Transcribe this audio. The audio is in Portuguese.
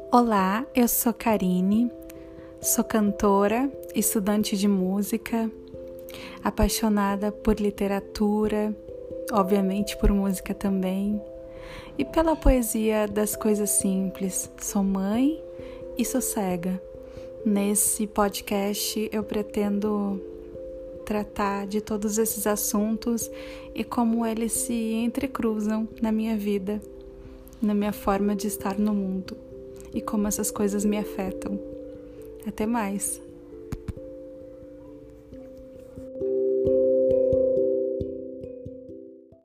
Olá, eu sou Karine, sou cantora, estudante de música, apaixonada por literatura, obviamente por música também, e pela poesia das coisas simples. Sou mãe e sou cega. Nesse podcast eu pretendo tratar de todos esses assuntos e como eles se entrecruzam na minha vida, na minha forma de estar no mundo e como essas coisas me afetam. Até mais!